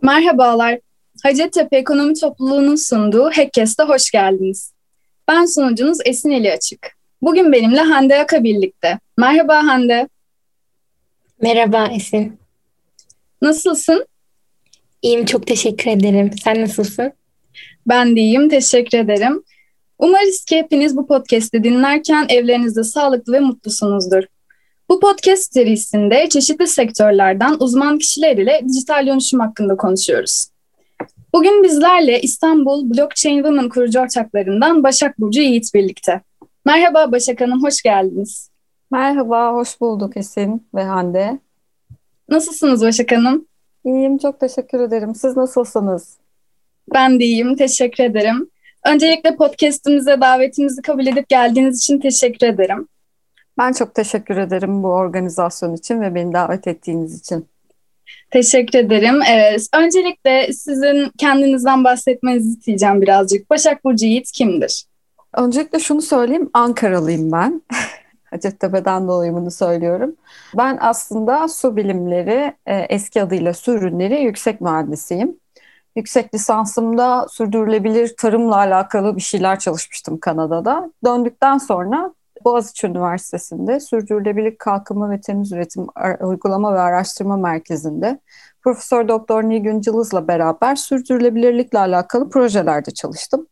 Merhabalar, Hacettepe Ekonomi Topluluğu'nun sunduğu Hackcast'a hoş geldiniz. Ben sunucunuz Esin Eli Açık. Bugün benimle Hande Aka birlikte. Merhaba Hande, Merhaba Esin. nasılsın? İyiyim, çok teşekkür ederim. Sen nasılsın? Ben de iyiyim, teşekkür ederim. Umarız ki hepiniz bu podcast'i dinlerken evlerinizde sağlıklı ve mutlusunuzdur. Bu podcast serisinde çeşitli sektörlerden uzman kişiler ile dijital dönüşüm hakkında konuşuyoruz. Bugün bizlerle İstanbul Blockchain Women kurucu ortaklarından Başak Burcu Yiğit birlikte. Merhaba Başak Hanım, hoş geldiniz. Merhaba, hoş bulduk Esin ve Hande. Nasılsınız Başak Hanım? İyiyim, çok teşekkür ederim. Siz nasılsınız? Ben de iyiyim, teşekkür ederim. Öncelikle podcast'imize davetimizi kabul edip geldiğiniz için teşekkür ederim. Ben çok teşekkür ederim bu organizasyon için ve beni davet ettiğiniz için. Teşekkür ederim. Öncelikle sizin kendinizden bahsetmenizi isteyeceğim birazcık. Başak Burcu Yiğit kimdir? Öncelikle şunu söyleyeyim, Ankaralıyım ben. Hacettepe'den dolayı bunu söylüyorum. Ben aslında su bilimleri, eski adıyla su ürünleri yüksek mühendisiyim. Yüksek lisansımda sürdürülebilir tarımla alakalı bir şeyler çalışmıştım Kanada'da. Döndükten sonra Boğaziçi Üniversitesi'nde Sürdürülebilir Kalkınma ve Temiz Üretim Uygulama ve Araştırma Merkezi'nde Profesör Doktor Nilgün Cılız'la beraber sürdürülebilirlikle alakalı projelerde çalıştım.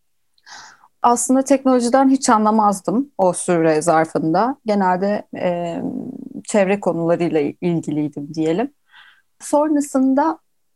Aslında teknolojiden hiç anlamazdım o süre zarfında. Genelde çevre konularıyla ilgiliydim diyelim. Sonrasında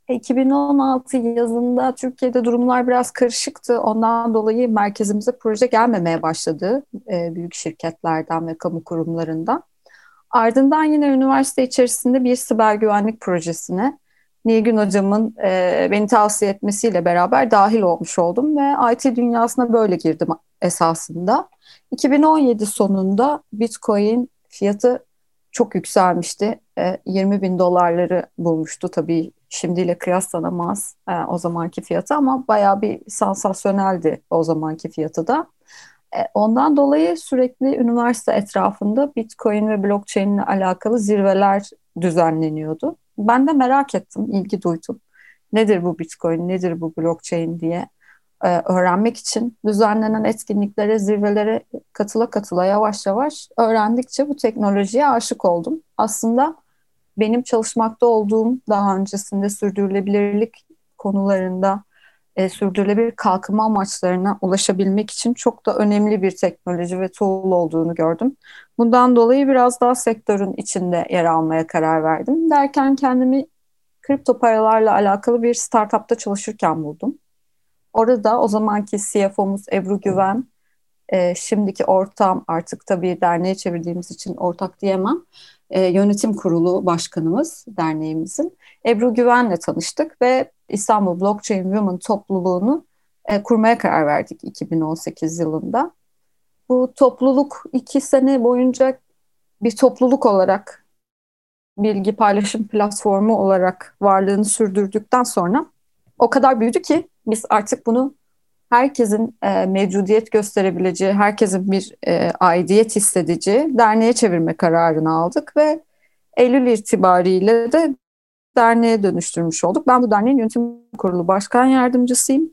2016 yazında Türkiye'de durumlar biraz karışıktı. Ondan dolayı merkezimize proje gelmemeye başladı büyük şirketlerden ve kamu kurumlarından. Ardından yine üniversite içerisinde bir siber güvenlik projesine Nilgün Hocam'ın beni tavsiye etmesiyle beraber dahil olmuş oldum ve IT dünyasına böyle girdim esasında. 2017 sonunda Bitcoin fiyatı çok yükselmişti. 20 bin dolarları bulmuştu, tabii şimdiyle kıyaslanamaz o zamanki fiyatı ama bayağı bir sansasyoneldi o zamanki fiyatı da. Ondan dolayı sürekli üniversite etrafında Bitcoin ve blockchain ile alakalı zirveler düzenleniyordu. Ben de merak ettim, ilgi duydum. Nedir bu Bitcoin, nedir bu blockchain diye öğrenmek için düzenlenen etkinliklere, zirvelere katıla katıla yavaş yavaş öğrendikçe bu teknolojiye aşık oldum. Aslında benim çalışmakta olduğum daha öncesinde sürdürülebilirlik konularında sürdürülebilir kalkınma amaçlarına ulaşabilmek için çok da önemli bir teknoloji ve tool olduğunu gördüm. Bundan dolayı biraz daha sektörün içinde yer almaya karar verdim. Derken kendimi kripto paralarla alakalı bir startupta çalışırken buldum. Orada o zamanki CFO'muz Ebru Güven, şimdiki ortağım, artık tabii derneğe çevirdiğimiz için ortak diyemem, yönetim kurulu başkanımız derneğimizin Ebru Güven'le tanıştık ve İstanbul Blockchain Women topluluğunu kurmaya karar verdik 2018 yılında. Bu topluluk 2 sene boyunca bir topluluk olarak, bilgi paylaşım platformu olarak varlığını sürdürdükten sonra o kadar büyüdü ki biz artık bunu herkesin mevcudiyet gösterebileceği, herkesin bir aidiyet hissedeceği derneğe çevirme kararını aldık ve Eylül itibariyle de derneğe dönüştürmüş olduk. Ben bu derneğin yönetim kurulu başkan yardımcısıyım.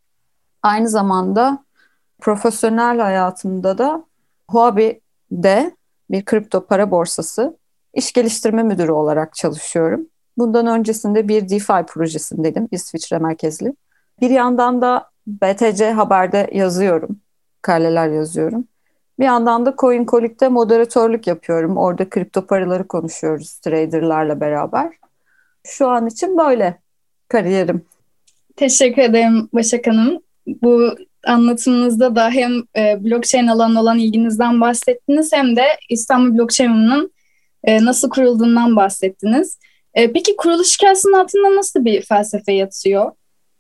Aynı zamanda profesyonel hayatımda da Huobi'de, bir kripto para borsası, iş geliştirme müdürü olarak çalışıyorum. Bundan öncesinde bir DeFi projesindeydim, İsviçre merkezli. Bir yandan da BTC Haber'de yazıyorum, makaleler yazıyorum. Bir yandan da CoinColic'te moderatörlük yapıyorum. Orada kripto paraları konuşuyoruz traderlarla beraber. Şu an için böyle kariyerim. Teşekkür ederim Başak Hanım. Bu anlatımınızda da hem blockchain alanına olan ilginizden bahsettiniz hem de İstanbul Blockchain'in nasıl kurulduğundan bahsettiniz. Peki kuruluş hikayesinin altında nasıl bir felsefe yatıyor?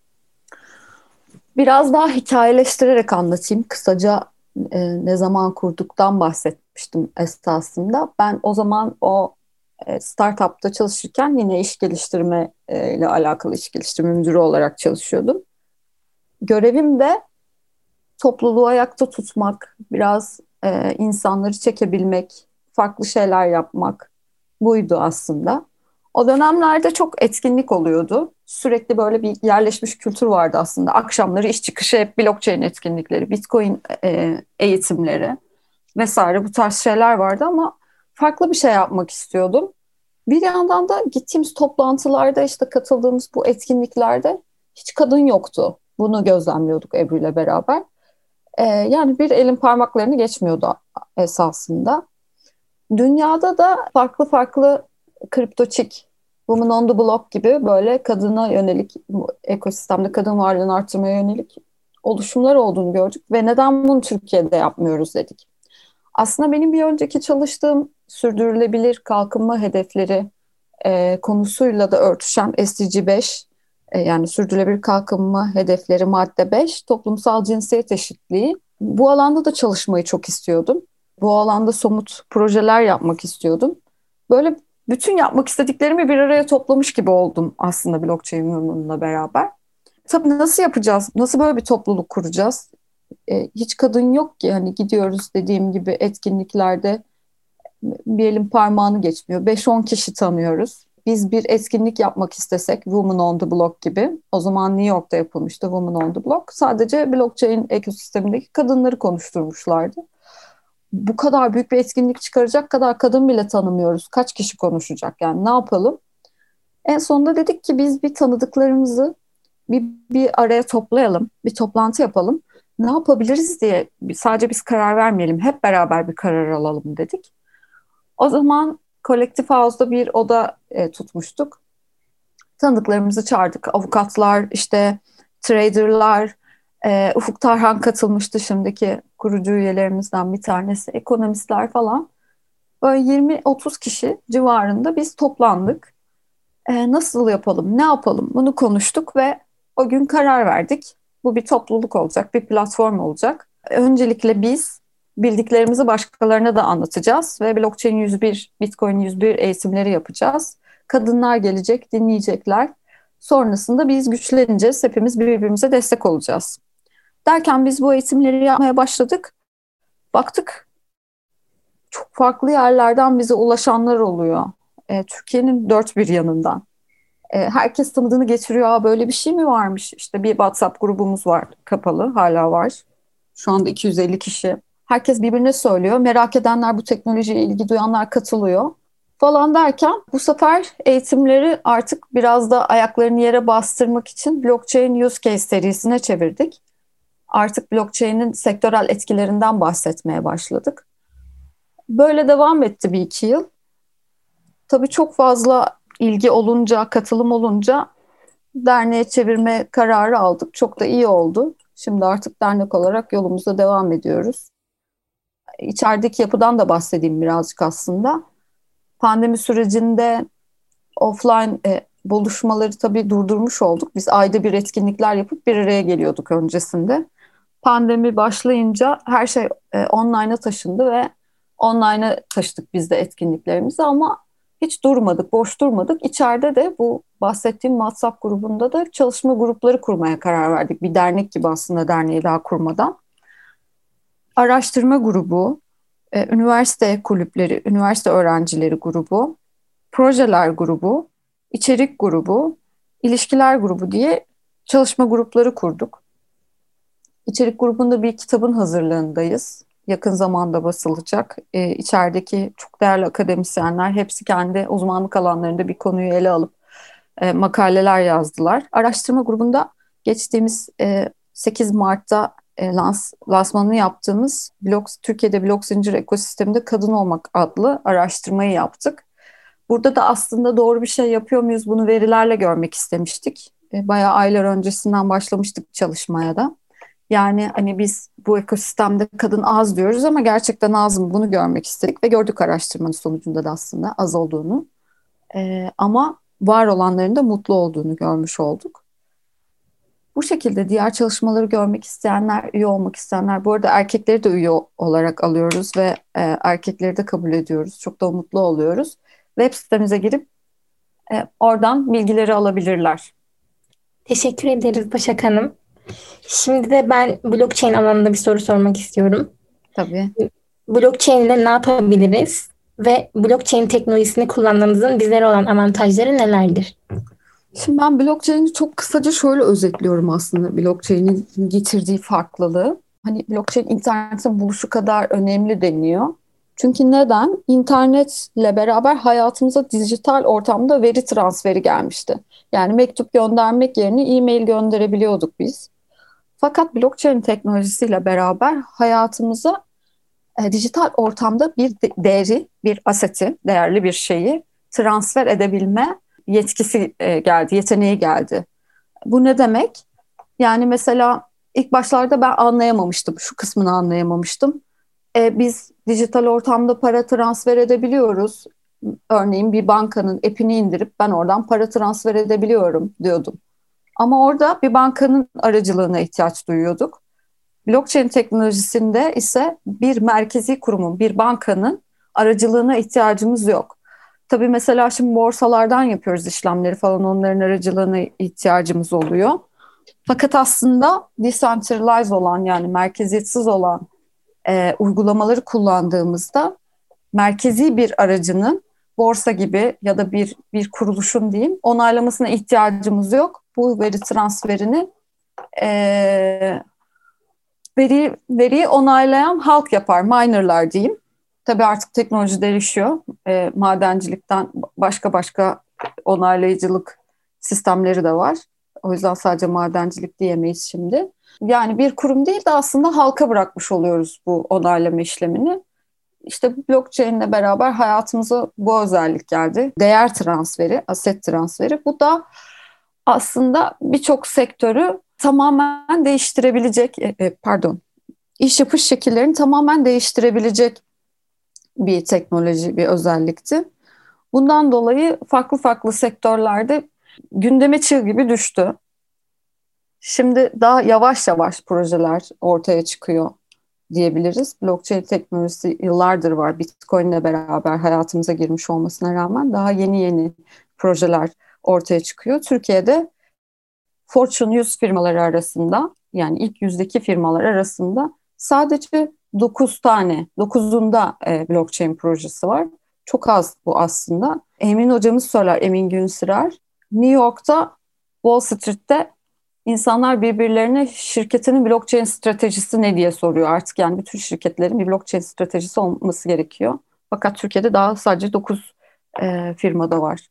Biraz daha hikayeleştirerek anlatayım. Kısaca ne zaman kurduktan bahsetmiştim esasında. Ben o zaman o startupta çalışırken yine iş geliştirme ile alakalı iş geliştirme müdürü olarak çalışıyordum. Görevim de topluluğu ayakta tutmak, biraz insanları çekebilmek, farklı şeyler yapmak buydu aslında. O dönemlerde çok etkinlik oluyordu. sürekli böyle bir yerleşmiş kültür vardı aslında. Akşamları iş çıkışı hep blockchain etkinlikleri, Bitcoin eğitimleri vesaire bu tarz şeyler vardı ama farklı bir şey yapmak istiyordum. Bir yandan da gittiğimiz toplantılarda işte katıldığımız bu etkinliklerde hiç kadın yoktu. Bunu gözlemliyorduk Ebru ile beraber. Yani bir elin parmaklarını geçmiyordu esasında. Dünyada da farklı farklı kriptoçik, Women on the Block gibi böyle kadına yönelik, ekosistemde kadın varlığını arttırmaya yönelik oluşumlar olduğunu gördük ve neden bunu Türkiye'de yapmıyoruz dedik. Aslında benim bir önceki çalıştığım sürdürülebilir kalkınma hedefleri konusuyla da örtüşen SDG 5, yani sürdürülebilir kalkınma hedefleri madde 5, toplumsal cinsiyet eşitliği. Bu alanda da çalışmayı çok istiyordum. Bu alanda somut projeler yapmak istiyordum. Böyle bütün yapmak istediklerimi bir araya toplamış gibi oldum aslında blockchain Women'la beraber. Tabii nasıl yapacağız? Nasıl böyle bir topluluk kuracağız? Hiç kadın yok ki. Hani gidiyoruz dediğim gibi etkinliklerde bir elin parmağını geçmiyor. 5-10 kişi tanıyoruz. Biz bir etkinlik yapmak istesek Women on the Block gibi, o zaman New York'ta yapılmıştı Women on the Block. Sadece blockchain ekosistemindeki kadınları konuşturmuşlardı. Bu kadar büyük bir etkinlik çıkaracak kadar kadın bile tanımıyoruz. Kaç kişi konuşacak yani ne yapalım? En sonunda dedik ki biz bir tanıdıklarımızı bir araya toplayalım, bir toplantı yapalım. Ne yapabiliriz diye sadece biz karar vermeyelim, hep beraber bir karar alalım dedik. O zaman Collective House'da bir oda tutmuştuk. Tanıdıklarımızı çağırdık. Avukatlar, işte traderlar, Ufuk Tarhan katılmıştı, şimdiki kurucu üyelerimizden bir tanesi, ekonomistler falan. Böyle 20-30 kişi civarında biz toplandık. Nasıl yapalım, ne yapalım bunu konuştuk ve o gün karar verdik. Bu bir topluluk olacak, bir platform olacak. Öncelikle biz bildiklerimizi başkalarına da anlatacağız ve blockchain 101, Bitcoin 101 eğitimleri yapacağız. Kadınlar gelecek, dinleyecekler. Sonrasında biz güçleneceğiz, hepimiz birbirimize destek olacağız. Derken biz bu eğitimleri yapmaya başladık. Baktık çok farklı yerlerden bize ulaşanlar oluyor. Türkiye'nin dört bir yanından. Herkes tanıdığını getiriyor. Böyle bir şey mi varmış? İşte bir WhatsApp grubumuz var, kapalı, hala var. Şu anda 250 kişi. Herkes birbirine söylüyor. Merak edenler, bu teknolojiye ilgi duyanlar katılıyor falan derken bu sefer eğitimleri artık biraz da ayaklarını yere bastırmak için blockchain use case serisine çevirdik. Artık blockchain'in sektörel etkilerinden bahsetmeye başladık. Böyle devam etti bir iki yıl. Tabii çok fazla ilgi olunca, katılım olunca derneğe çevirme kararı aldık. Çok da iyi oldu. Şimdi artık dernek olarak yolumuza devam ediyoruz. İçerideki yapıdan da bahsedeyim birazcık aslında. Pandemi sürecinde offline buluşmaları tabii durdurmuş olduk. Biz ayda bir etkinlikler yapıp bir araya geliyorduk öncesinde. Pandemi başlayınca her şey online'a taşındı ve online'a taşıdık biz de etkinliklerimizi ama hiç durmadık, boş durmadık. İçeride de bu bahsettiğim WhatsApp grubunda da çalışma grupları kurmaya karar verdik. Bir dernek gibi aslında, derneği daha kurmadan. Araştırma grubu, üniversite kulüpleri, üniversite öğrencileri grubu, projeler grubu, içerik grubu, ilişkiler grubu diye çalışma grupları kurduk. İçerik grubunda bir kitabın hazırlığındayız. Yakın zamanda basılacak. İçerideki çok değerli akademisyenler hepsi kendi uzmanlık alanlarında bir konuyu ele alıp makaleler yazdılar. Araştırma grubunda geçtiğimiz 8 Mart'ta lansmanını yaptığımız Türkiye'de blok zincir ekosisteminde kadın olmak adlı araştırmayı yaptık. Burada da aslında doğru bir şey yapıyor muyuz, bunu verilerle görmek istemiştik. Bayağı aylar öncesinden başlamıştık çalışmaya da. Yani hani biz bu ekosistemde kadın az diyoruz ama gerçekten az mı, bunu görmek istedik ve gördük araştırmanın sonucunda da aslında az olduğunu. Ama var olanların da mutlu olduğunu görmüş olduk. Bu şekilde diğer çalışmaları görmek isteyenler, üye olmak isteyenler, bu arada erkekleri de üye olarak alıyoruz ve erkekleri de kabul ediyoruz. Çok da mutlu oluyoruz. Web sitemize girip oradan bilgileri alabilirler. Teşekkür ederiz Başak Hanım. Şimdi de ben blockchain alanında bir soru sormak istiyorum. Tabii. Blockchain ile ne yapabiliriz ve blockchain teknolojisini kullanmamızın bizlere olan avantajları nelerdir? Şimdi ben blockchain'i çok kısaca şöyle özetliyorum aslında, blockchain'in getirdiği farklılığı. Hani blockchain internetin buluşu kadar önemli deniyor. Çünkü neden? İnternetle beraber hayatımıza dijital ortamda veri transferi gelmişti. Yani mektup göndermek yerine e-mail gönderebiliyorduk biz. Fakat blockchain teknolojisiyle beraber hayatımıza dijital ortamda bir değeri, bir aseti, değerli bir şeyi transfer edebilme yetkisi geldi, yeteneği geldi. Bu ne demek? Yani mesela ilk başlarda ben anlayamamıştım, şu kısmını anlayamamıştım. Biz dijital ortamda para transfer edebiliyoruz. Örneğin bir bankanın app'ini indirip ben oradan para transfer edebiliyorum diyordum. Ama orada bir bankanın aracılığına ihtiyaç duyuyorduk. Blockchain teknolojisinde ise bir merkezi kurumun, bir bankanın aracılığına ihtiyacımız yok. Tabii mesela şimdi borsalardan yapıyoruz işlemleri falan, onların aracılığına ihtiyacımız oluyor. Fakat aslında decentralized olan, yani merkeziyetsiz olan uygulamaları kullandığımızda merkezi bir aracının, borsa gibi ya da bir kuruluşun diyeyim, onaylamasına ihtiyacımız yok. Bu veri transferini veriyi onaylayan halk yapar, minerlar diyeyim. Tabii artık teknoloji değişiyor. Madencilikten başka onaylayıcılık sistemleri de var. O yüzden sadece madencilik diyemeyiz şimdi. Yani bir kurum değil de aslında halka bırakmış oluyoruz bu onaylama işlemini. İşte blockchain ile beraber hayatımıza bu özellik geldi. Değer transferi, aset transferi. Bu da aslında birçok sektörü tamamen değiştirebilecek, iş yapış şekillerini tamamen değiştirebilecek bir teknoloji, bir özellikti. Bundan dolayı farklı sektörlerde gündeme çığ gibi düştü. Şimdi daha yavaş projeler ortaya çıkıyor diyebiliriz. Blockchain teknolojisi yıllardır var. Bitcoin ile beraber hayatımıza girmiş olmasına rağmen daha yeni projeler ortaya çıkıyor. Türkiye'de Fortune 100 firmaları arasında, yani ilk yüzdeki firmalar arasında sadece 9'unda blockchain projesi var. Çok az bu aslında. Emin hocamız söyler, Emin Günsürer. New York'ta, Wall Street'te insanlar birbirlerine şirketinin blockchain stratejisi ne diye soruyor artık. Yani bütün şirketlerin bir blockchain stratejisi olması gerekiyor. Fakat Türkiye'de daha sadece 9 firmada var.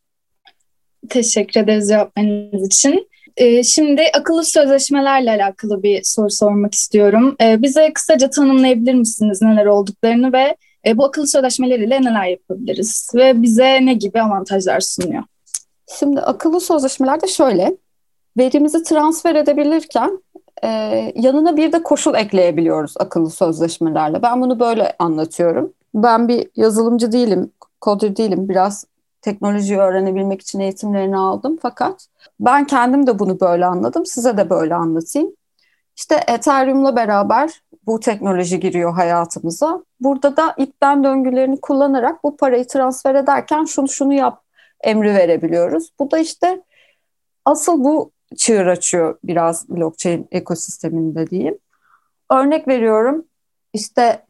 Teşekkür ederiz cevaplarınız için. Şimdi akıllı sözleşmelerle alakalı bir soru sormak istiyorum. Bize kısaca tanımlayabilir misiniz neler olduklarını ve bu akıllı sözleşmeler ile neler yapabiliriz? Ve bize ne gibi avantajlar sunuyor? Şimdi akıllı sözleşmelerde şöyle, verimizi transfer edebilirken yanına bir de koşul ekleyebiliyoruz akıllı sözleşmelerle. Ben bunu böyle anlatıyorum. Ben bir yazılımcı değilim, coder değilim. Biraz teknolojiyi öğrenebilmek için eğitimlerini aldım. Fakat ben kendim de bunu böyle anladım. Size de böyle anlatayım. İşte Ethereum'la beraber bu teknoloji giriyor hayatımıza. Burada da ipten döngülerini kullanarak bu parayı transfer ederken şunu yap emri verebiliyoruz. Bu da işte asıl bu çığır açıyor biraz blockchain ekosisteminde diyeyim. Örnek veriyorum, işte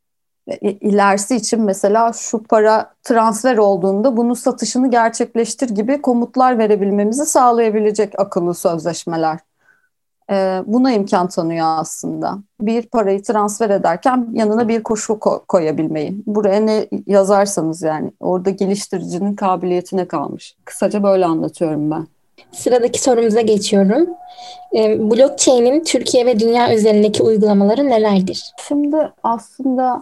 ilerisi için mesela şu para transfer olduğunda bunun satışını gerçekleştir gibi komutlar verebilmemizi sağlayabilecek akıllı sözleşmeler. Buna imkan tanıyor aslında. Bir parayı transfer ederken yanına bir koşul koyabilmeyi. Buraya ne yazarsanız, yani orada geliştiricinin kabiliyetine kalmış. Kısaca böyle anlatıyorum ben. Sıradaki sorumuza geçiyorum. Blockchain'in Türkiye ve dünya üzerindeki uygulamaları nelerdir? Şimdi aslında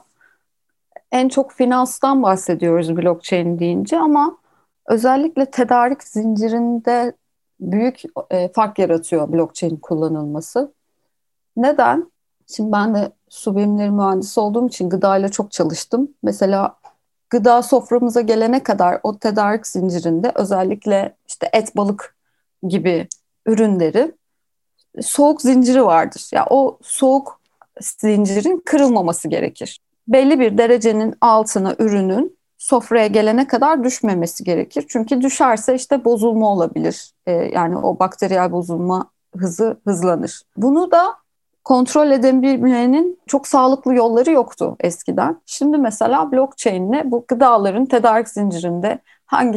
en çok finanstan bahsediyoruz blockchain deyince, ama özellikle tedarik zincirinde büyük fark yaratıyor blockchain kullanılması. Neden? Şimdi ben de su bilimleri mühendisi olduğum için gıdayla çok çalıştım. Mesela gıda soframıza gelene kadar o tedarik zincirinde özellikle işte et, balık gibi ürünleri soğuk zinciri vardır. Ya o soğuk zincirin kırılmaması gerekir. Belli bir derecenin altına ürünün sofraya gelene kadar düşmemesi gerekir. Çünkü düşerse işte bozulma olabilir. Yani o bakteriyel bozulma hızlanır. Bunu da kontrol edebilmenin çok sağlıklı yolları yoktu eskiden. Şimdi mesela blockchain'le bu gıdaların tedarik zincirinde hangi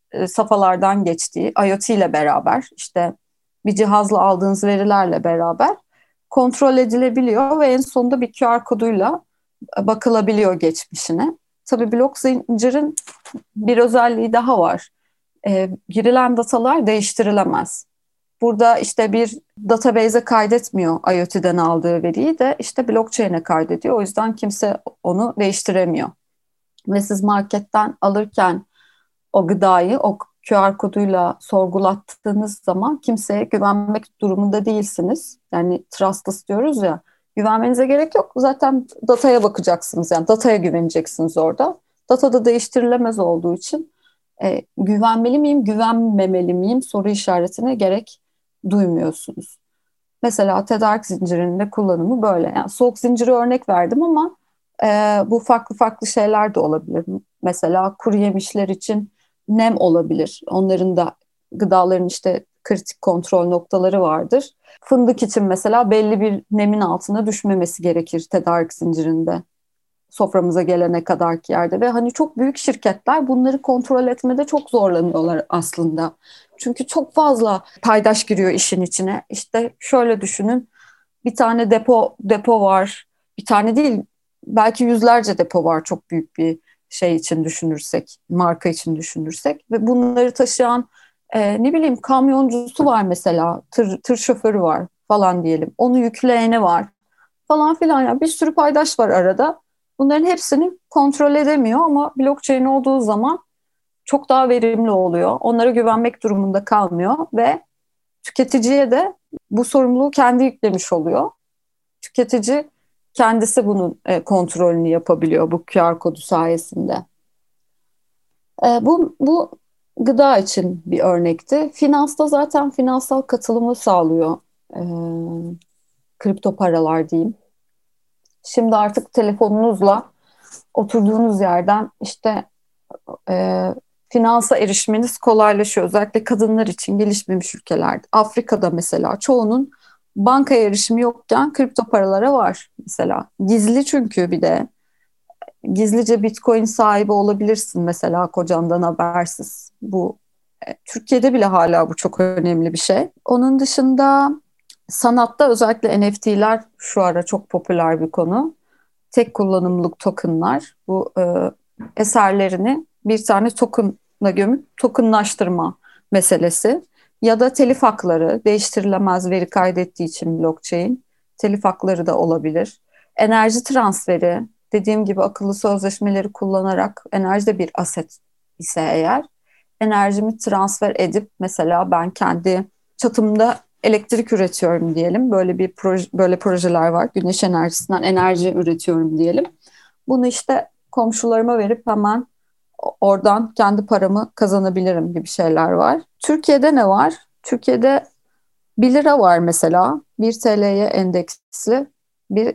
safhalardan geçtiği, IoT ile beraber, işte bir cihazla aldığınız verilerle beraber kontrol edilebiliyor ve en sonunda bir QR koduyla bakılabiliyor geçmişine. Tabii blok zincirin bir özelliği daha var. Girilen datalar değiştirilemez. Burada işte bir database'e kaydetmiyor IoT'den aldığı veriyi de işte blockchain'e kaydediyor. O yüzden kimse onu değiştiremiyor. Ve siz marketten alırken o gıdayı o QR koduyla sorgulattığınız zaman kimseye güvenmek durumunda değilsiniz. Yani trustless diyoruz ya, güvenmenize gerek yok. Zaten dataya bakacaksınız, yani dataya güveneceksiniz orada. Data da değiştirilemez olduğu için güvenmeli miyim, güvenmemeli miyim soru işaretine gerek duymuyorsunuz. Mesela tedarik zincirinin de kullanımı böyle. Yani soğuk zinciri örnek verdim ama bu farklı farklı şeyler de olabilir. Mesela kuru yemişler için nem olabilir. Onların da gıdaların işte kritik kontrol noktaları vardır. Fındık için mesela belli bir nemin altına düşmemesi gerekir tedarik zincirinde. Soframıza gelene kadarki yerde ve hani çok büyük şirketler bunları kontrol etmede çok zorlanıyorlar aslında. Çünkü çok fazla paydaş giriyor işin içine. İşte şöyle düşünün, bir tane depo var. Bir tane değil, belki yüzlerce depo var çok büyük bir şey için düşünürsek, marka için düşünürsek ve bunları taşıyan ne bileyim kamyoncusu var mesela, tır şoförü var falan diyelim. Onu yükleyeni var falan filan, ya bir sürü paydaş var arada. Bunların hepsini kontrol edemiyor ama blockchain olduğu zaman çok daha verimli oluyor. Onlara güvenmek durumunda kalmıyor ve tüketiciye de bu sorumluluğu kendi yüklemiş oluyor. Tüketici kendisi bunun kontrolünü yapabiliyor bu QR kodu sayesinde. Bu gıda için bir örnekti. Finansta zaten finansal katılımı sağlıyor e, kripto paralar diyeyim. Şimdi artık telefonunuzla oturduğunuz yerden işte finansa erişiminiz kolaylaşıyor. Özellikle kadınlar için gelişmemiş ülkelerde. Afrika'da mesela çoğunun bankaya erişimi yokken kripto paralara var mesela. Gizli, çünkü bir de gizlice Bitcoin sahibi olabilirsin mesela kocandan habersiz. Bu Türkiye'de bile hala bu çok önemli bir şey. Onun dışında sanatta özellikle NFT'ler şu ara çok popüler bir konu. Tek kullanımlık tokenlar. Bu eserlerini bir tane tokenla gömüp tokenlaştırma meselesi. Ya da telif hakları, değiştirilemez veri kaydettiği için blockchain telif hakları da olabilir. Enerji transferi, dediğim gibi akıllı sözleşmeleri kullanarak, enerji de bir aset ise eğer, enerjimi transfer edip mesela ben kendi çatımda elektrik üretiyorum diyelim. Böyle projeler var. Güneş enerjisinden enerji üretiyorum diyelim. Bunu işte komşularıma verip hemen oradan kendi paramı kazanabilirim gibi şeyler var. Türkiye'de ne var? Türkiye'de 1 lira var mesela. 1 TL'ye endeksli bir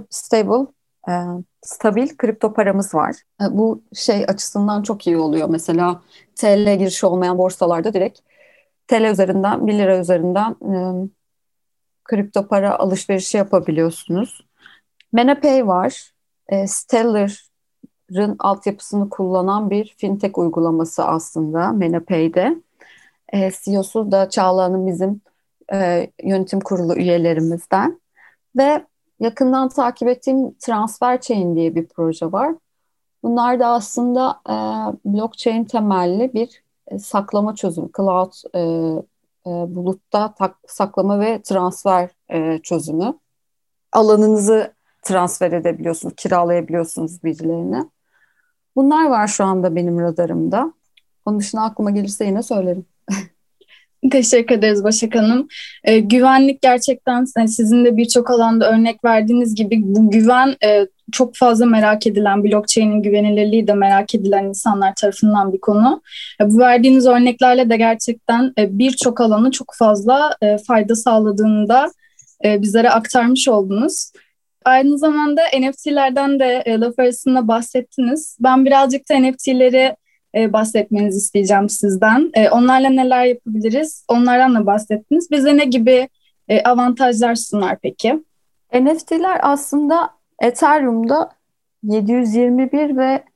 stabil kripto paramız var. Bu şey açısından çok iyi oluyor. Mesela TL girişi olmayan borsalarda direkt TL üzerinden, 1 lira üzerinden kripto para alışverişi yapabiliyorsunuz. MenaPay var. Stellar'ın altyapısını kullanan bir fintech uygulaması aslında MenaPay'de. CEO'su da Çağla Hanım bizim yönetim kurulu üyelerimizden. Ve yakından takip ettiğim TransferChain diye bir proje var. Bunlar da aslında blockchain temelli bir saklama çözümü, cloud bulutta saklama ve transfer çözümü. Alanınızı transfer edebiliyorsunuz, kiralayabiliyorsunuz birilerine. Bunlar var şu anda benim radarımda. Onun dışında aklıma gelirse yine söylerim. Teşekkür ederiz Başak Hanım. Güvenlik gerçekten sizin de birçok alanda örnek verdiğiniz gibi bu güven çok fazla merak edilen, blockchain'in güvenilirliği de merak edilen insanlar tarafından bir konu. Bu verdiğiniz örneklerle de gerçekten birçok alanı çok fazla fayda sağladığını da bizlere aktarmış oldunuz. Aynı zamanda NFT'lerden de laf arasında bahsettiniz. Ben birazcık da NFT'leri bahsetmenizi isteyeceğim sizden. Onlarla neler yapabiliriz? Onlardan da bahsettiniz. Bize ne gibi avantajlar sunar peki? NFT'ler aslında Ethereum'da 721 ve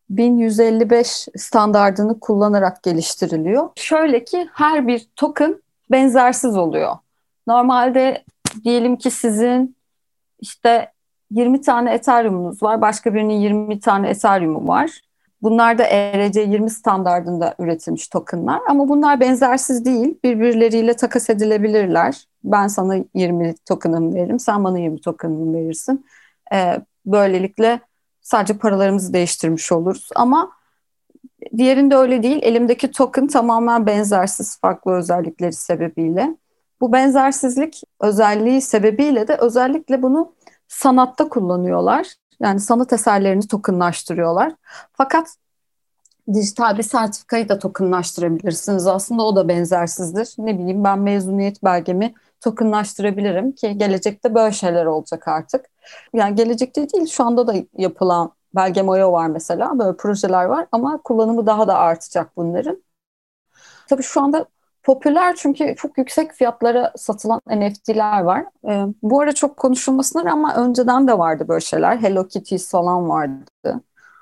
1155 standardını kullanarak geliştiriliyor. Şöyle ki her bir token benzersiz oluyor. Normalde diyelim ki sizin işte 20 tane Ethereum'unuz var, başka birinin 20 tane Ethereum'u var. Bunlar da ERC20 standardında üretilmiş tokenlar ama bunlar benzersiz değil. Birbirleriyle takas edilebilirler. Ben sana 20 token'ımı veririm, sen bana 20 token'ımı verirsin. Böylelikle sadece paralarımızı değiştirmiş oluruz. Ama diğerinde öyle değil. Elimdeki token tamamen benzersiz farklı özellikleri sebebiyle. Bu benzersizlik özelliği sebebiyle de özellikle bunu sanatta kullanıyorlar. Yani sanat eserlerini tokenlaştırıyorlar. Fakat dijital bir sertifikayı da tokenlaştırabilirsiniz. Aslında o da benzersizdir. Ne bileyim ben mezuniyet belgemi tokenlaştırabilirim ki gelecekte böyle şeyler olacak artık. Yani gelecekte değil şu anda da yapılan Belgem.io var mesela. Böyle projeler var ama kullanımı daha da artacak bunların. Tabii şu anda popüler çünkü çok yüksek fiyatlara satılan NFT'ler var. Bu ara çok konuşulmasınlar ama önceden de vardı böyle şeyler. Hello Kitty falan vardı.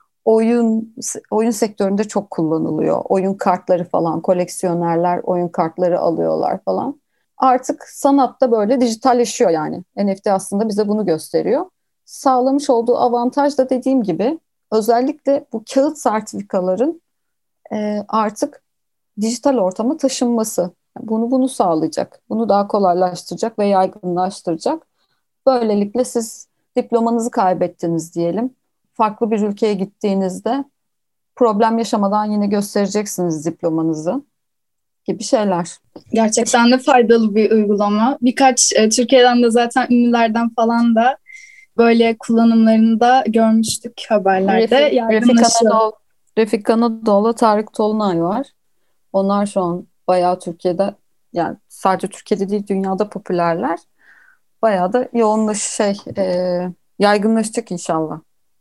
Oyun sektöründe çok kullanılıyor. Oyun kartları falan, koleksiyonerler oyun kartları alıyorlar falan. Artık sanatta böyle dijitalleşiyor yani. NFT aslında bize bunu gösteriyor. Sağlamış olduğu avantaj da dediğim gibi özellikle bu kağıt sertifikaların artık dijital ortama taşınması. Bunu sağlayacak. Bunu daha kolaylaştıracak ve yaygınlaştıracak. Böylelikle siz diplomanızı kaybettiniz diyelim. Farklı bir ülkeye gittiğinizde problem yaşamadan yine göstereceksiniz diplomanızı gibi şeyler. Gerçekten de faydalı bir uygulama. Birkaç Türkiye'den de zaten ünlülerden falan da böyle kullanımlarını da görmüştük haberlerde. Yaygınlaşıyor. Refik Anadolu, Tarık Tolunay var. Onlar şu an bayağı Türkiye'de yani sadece Türkiye'de değil dünyada popülerler. Bayağı da yaygınlaşacak inşallah.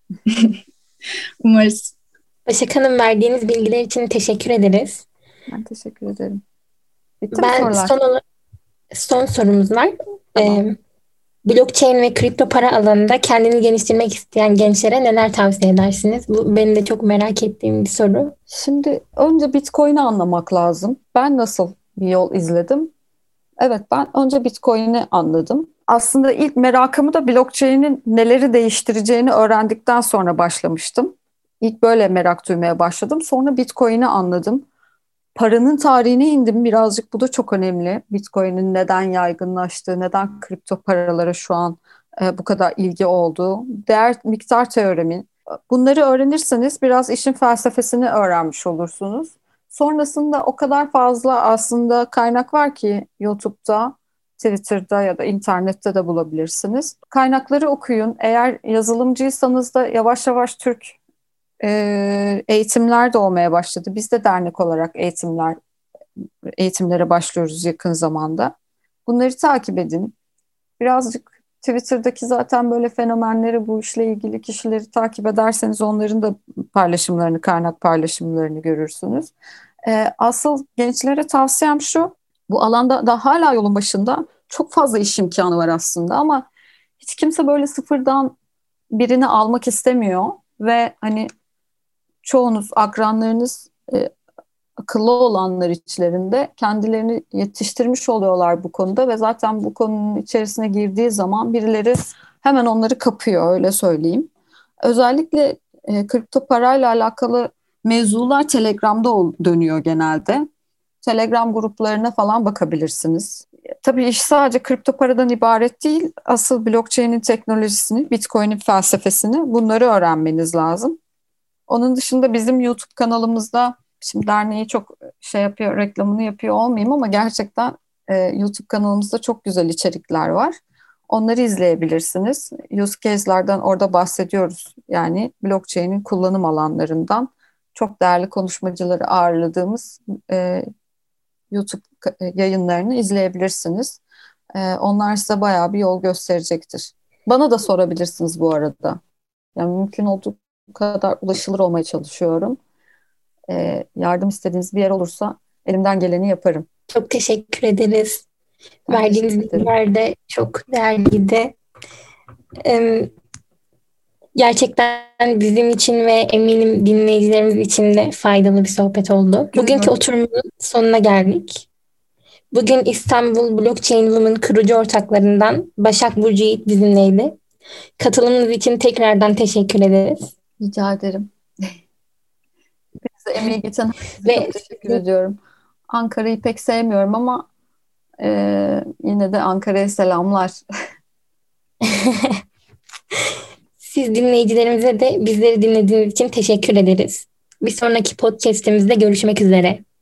Umarız. Başak Hanım, verdiğiniz bilgiler için teşekkür ederiz. Ben teşekkür ederim. Bitti mi Ben sorular? son sorumuz var. Tamam. Blockchain ve kripto para alanında kendini geliştirmek isteyen gençlere neler tavsiye edersiniz? Bu benim de çok merak ettiğim bir soru. Şimdi önce Bitcoin'i anlamak lazım. Ben nasıl bir yol izledim? Evet, ben önce Bitcoin'i anladım. Aslında ilk merakımı da blockchain'in neleri değiştireceğini öğrendikten sonra başlamıştım. İlk böyle merak duymaya başladım. Sonra Bitcoin'i anladım. Paranın tarihine indim birazcık. Bu da çok önemli. Bitcoin'in neden yaygınlaştığı, neden kripto paralara şu an bu kadar ilgi olduğu, değer miktar teoremi. Bunları öğrenirseniz biraz işin felsefesini öğrenmiş olursunuz. Sonrasında o kadar fazla aslında kaynak var ki YouTube'da, Twitter'da ya da internette de bulabilirsiniz. Kaynakları okuyun. Eğer yazılımcıysanız da yavaş yavaş Türk eğitimler de olmaya başladı. Biz de dernek olarak eğitimlere başlıyoruz yakın zamanda. Bunları takip edin. Birazcık Twitter'daki zaten böyle fenomenleri, bu işle ilgili kişileri takip ederseniz onların da paylaşımlarını, kaynak paylaşımlarını görürsünüz. Asıl gençlere tavsiyem şu, bu alanda da hala yolun başında çok fazla iş imkanı var aslında ama hiç kimse böyle sıfırdan birini almak istemiyor ve hani çoğunuz, akranlarınız akıllı olanlar içlerinde kendilerini yetiştirmiş oluyorlar bu konuda ve zaten bu konunun içerisine girdiği zaman birileri hemen onları kapıyor, öyle söyleyeyim. Özellikle kripto parayla alakalı mevzular Telegram'da dönüyor genelde. Telegram gruplarına falan bakabilirsiniz. Tabii iş sadece kripto paradan ibaret değil. Asıl blockchain'in teknolojisini, Bitcoin'in felsefesini bunları öğrenmeniz lazım. Onun dışında bizim YouTube kanalımızda, şimdi derneği çok reklamını yapıyor olmayayım ama gerçekten YouTube kanalımızda çok güzel içerikler var. Onları izleyebilirsiniz. Use case'lerden orada bahsediyoruz. Yani blockchain'in kullanım alanlarından çok değerli konuşmacıları ağırladığımız YouTube yayınlarını izleyebilirsiniz. Onlar size bayağı bir yol gösterecektir. Bana da sorabilirsiniz bu arada. Yani mümkün olduğu kadar ulaşılır olmaya çalışıyorum. Yardım istediğiniz bir yer olursa elimden geleni yaparım. Çok teşekkür ederiz. Ben Verdiğiniz teşekkür ederim. bilgiler de çok değerliydi. Gerçekten bizim için ve eminim dinleyicilerimiz için de faydalı bir sohbet oldu. Bugünkü oturumumuzun sonuna geldik. Bugün İstanbul Blockchain Women kurucu ortaklarından Başak Burcu Yiğit bizimleydi. Katılımınız için tekrardan teşekkür ederiz. Rica ederim. Hepinize emeği geçen herkese çok teşekkür ediyorum. Ankara'yı pek sevmiyorum ama yine de Ankara'ya selamlar. Siz dinleyicilerimize de bizleri dinlediğiniz için teşekkür ederiz. Bir sonraki podcast'imizde görüşmek üzere.